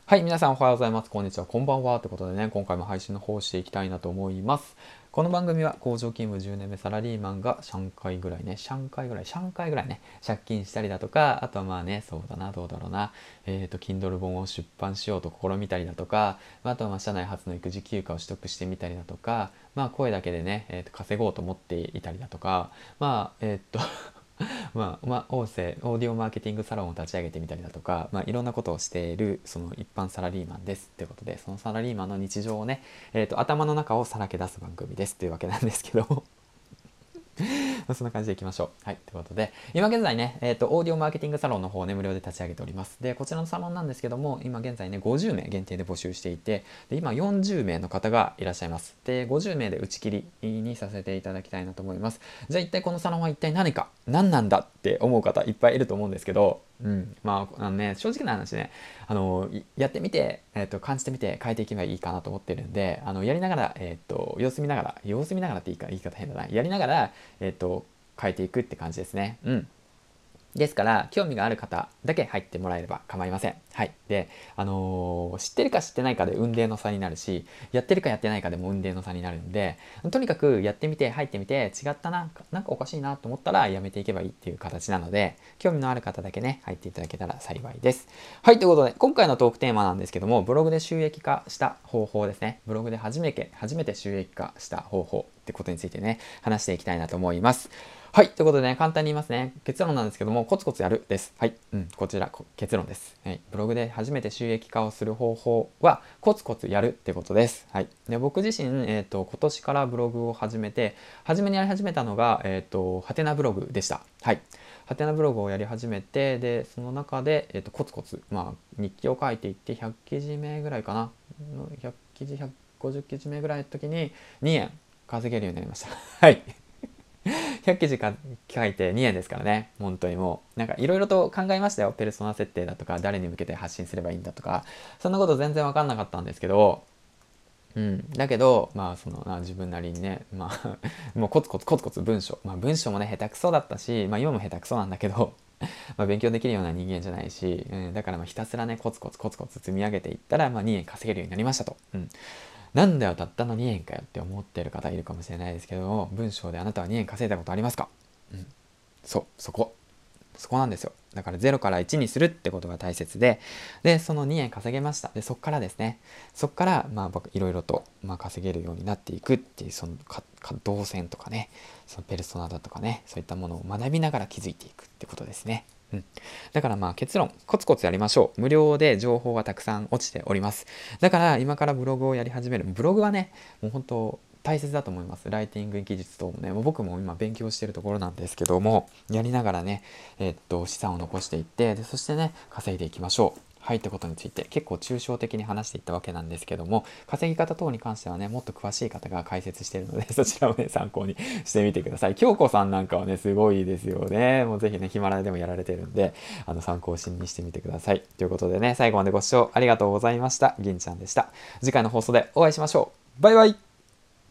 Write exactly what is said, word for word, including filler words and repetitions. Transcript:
はい、皆さんおはようございます。こんにちは、こんばんは。ということでね、今回も配信の方をしていきたいなと思います。この番組は工場勤務じゅうねんめサラリーマンがさんかいぐらいね、さんかいぐらい、さんかいぐらいね、借金したりだとか、あとはまあね、そうだな、どうだろうな、えっと、Kindle 本を出版しようと試みたりだとか、あとはまあ社内初の育児休暇を取得してみたりだとか、まあ声だけでね、えーと稼ごうと思っていたりだとか、まあ、えっとまあ、まあ、音声、オーディオマーケティングサロンを立ち上げてみたりだとか、まあ、いろんなことをしている、その一般サラリーマンですってことで、そのサラリーマンの日常をね、えっと、頭の中をさらけ出す番組ですっていうわけなんですけどそんな感じでいきましょう。はい。ということで、今現在ね、えっと、オーディオマーケティングサロンの方をね、無料で立ち上げております。で、こちらのサロンなんですけども、今現在ね、ごじゅうめい限定で募集していて、で、今よんじゅうめいの方がいらっしゃいます。で、ごじゅうめいで打ち切りにさせていただきたいなと思います。じゃあ一体このサロンは一体何か、何なんだって思う方いっぱいいると思うんですけど、うん、まあ、あのね、正直な話ね、あの、やってみて、えっと、感じてみて変えていけばいいかなと思ってるんで、あの、やりながら、えっと、様子見ながら、様子見ながらって言い言い方変だな、やりながら、えっと、変えていくって感じですね。うん。ですから、興味がある方だけ入ってもらえれば構いません。はい。で、あのー知ってるか知ってないかで運命の差になるし、やってるかやってないかでも運命の差になるんで、とにかくやってみて、入ってみて、違ったな、なんかおかしいなと思ったらやめていけばいいっていう形なので、興味のある方だけね、入っていただけたら幸いです。はい。ということで、今回のトークテーマなんですけども、ブログで収益化した方法ですね。ブログで初めて、初めて収益化した方法ってことについてね、話していきたいなと思います。はい。ということでね、簡単に言いますね。結論なんですけども、コツコツやるです。はい。うん、こちら、結論です。はい。ブログで初めて収益化をする方法は、コツコツやるってことです。はい。で、僕自身、えっと、今年からブログを始めて、初めにやり始めたのが、えっと、ハテナブログでした。はい。ハテナブログをやり始めて、で、その中で、えっと、コツコツ、まあ、日記を書いていって、ひゃく記事目ぐらいかな。ひゃく記事、ひゃくごじゅう記事目ぐらいの時に、にえん稼げるようになりました。はい。ひゃく記事か書いてにえんですからね。本当にもう。なんかいろいろと考えましたよ。ペルソナ設定だとか、誰に向けて発信すればいいんだとか、そんなこと全然わかんなかったんですけど、うん。だけど、まあ、そのな、自分なりにね、まあもうコツコツコツコツ文章。まあ、文章もね、下手くそだったし、まあ、今も下手くそなんだけど、まあ、勉強できるような人間じゃないし、うん、だからまあひたすらね、コツコツコツコツ積み上げていったら、まあ、にえん稼げるようになりましたと。うん。なんだよ、たったのにえんかよって思ってる方いるかもしれないですけども、文章であなたはにえん稼いだことありますか？うん、そう、そこ。そこなんですよ。だからゼロからいちにするってことが大切で、で、そのにえん稼げました。で、そこからですね、そこから、まあ僕、いろいろと、まあ稼げるようになっていくっていう、そのか、か動線とかね、そのペルソナだとかね、そういったものを学びながら気づいていくってことですね。うん。だからまあ結論、コツコツやりましょう。無料で情報がたくさん落ちております。だから今からブログをやり始める。ブログはね、もう本当大切だと思います。ライティング技術等もね、もう僕も今勉強しているところなんですけども、やりながらね、えっと、資産を残していって、で、そしてね、稼いでいきましょう。はいってことについて結構抽象的に話していったわけなんですけども、稼ぎ方等に関してはね、もっと詳しい方が解説しているので、そちらをね、参考にしてみてください。京子さんなんかはね、すごいですよね。もうぜひね、ヒマラヤでもやられてるんで、あの、参考にしてみてください。ということでね、最後までご視聴ありがとうございました。銀ちゃんでした。次回の放送でお会いしましょう。バイバイ。